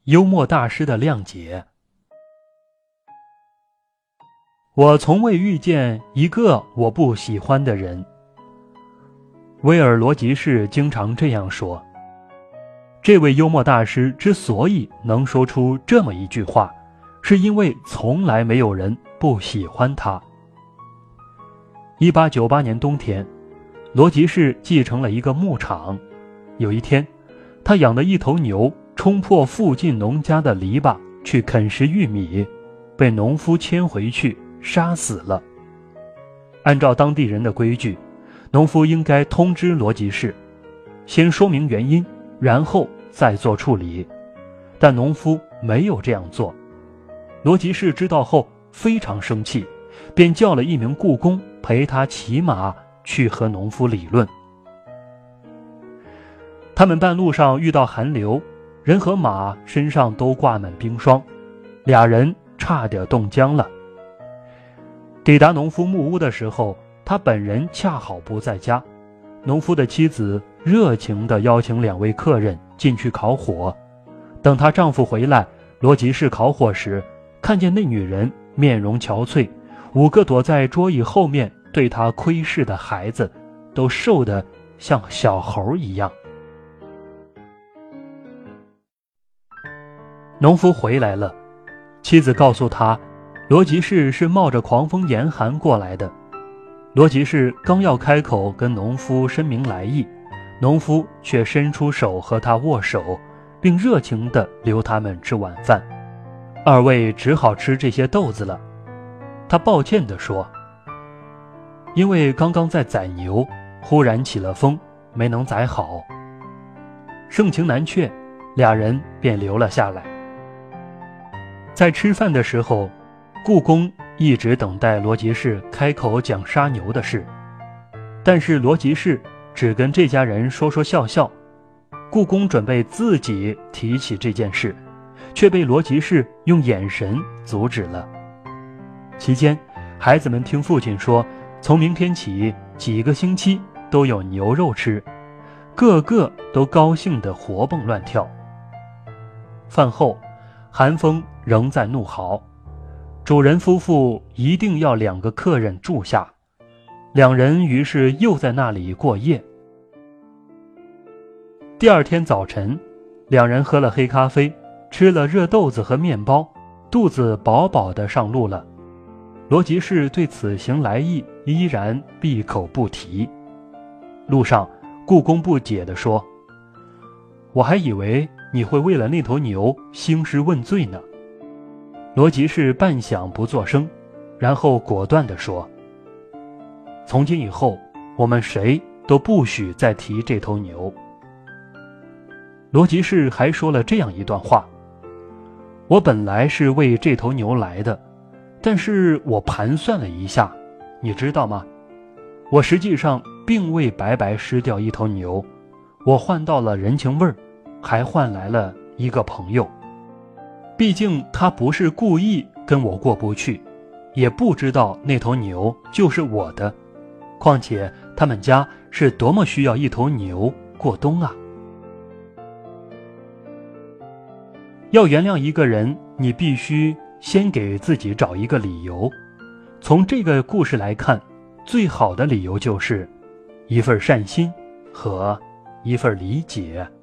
幽默大师的谅解。我从未遇见一个我不喜欢的人。威尔罗吉士经常这样说。这位幽默大师之所以能说出这么一句话，是因为从来没有人不喜欢他。1898年冬天，罗吉士继承了一个牧场。有一天，他养的一头牛冲破附近农家的篱笆去啃食玉米，被农夫牵回去杀死了。按照当地人的规矩，农夫应该通知罗吉士，先说明原因，然后再做处理，但农夫没有这样做。罗吉士知道后非常生气，便叫了一名雇工陪他骑马去和农夫理论。他们半路上遇到寒流，人和马身上都挂满冰霜，俩人差点冻僵了。抵达农夫木屋的时候，他本人恰好不在家。农夫的妻子热情地邀请两位客人进去烤火。等她丈夫回来，罗吉士烤火时，看见那女人面容憔悴，5个躲在桌椅后面对她窥视的孩子都瘦得像小猴一样。农夫回来了，妻子告诉他，罗吉士是冒着狂风严寒过来的。罗吉士刚要开口跟农夫申明来意，农夫却伸出手和他握手，并热情地留他们吃晚饭。二位只好吃这些豆子了。他抱歉地说，因为刚刚在宰牛，忽然起了风，没能宰好。盛情难却，俩人便留了下来。在吃饭的时候，雇工一直等待罗吉士开口讲杀牛的事，但是罗吉士只跟这家人说说笑笑。雇工准备自己提起这件事，却被罗吉士用眼神阻止了。期间，孩子们听父亲说，从明天起几个星期都有牛肉吃，个个都高兴地活蹦乱跳。饭后，寒风仍在怒嚎，主人夫妇一定要2个客人住下，两人于是又在那里过夜。第二天早晨，两人喝了黑咖啡，吃了热豆子和面包，肚子饱饱地上路了。罗吉士对此行来意依然闭口不提。路上，雇工不解地说，我还以为你会为了那头牛兴师问罪呢。罗吉士半晌不作声，然后果断地说，从今以后，我们谁都不许再提这头牛。罗吉士还说了这样一段话，我本来是为这头牛来的，但是我盘算了一下，你知道吗？我实际上并未白白失掉一头牛，我换到了人情味儿，还换来了一个朋友。毕竟他不是故意跟我过不去，也不知道那头牛就是我的，况且他们家是多么需要一头牛过冬啊。要原谅一个人，你必须先给自己找一个理由。从这个故事来看，最好的理由就是一份善心和一份理解。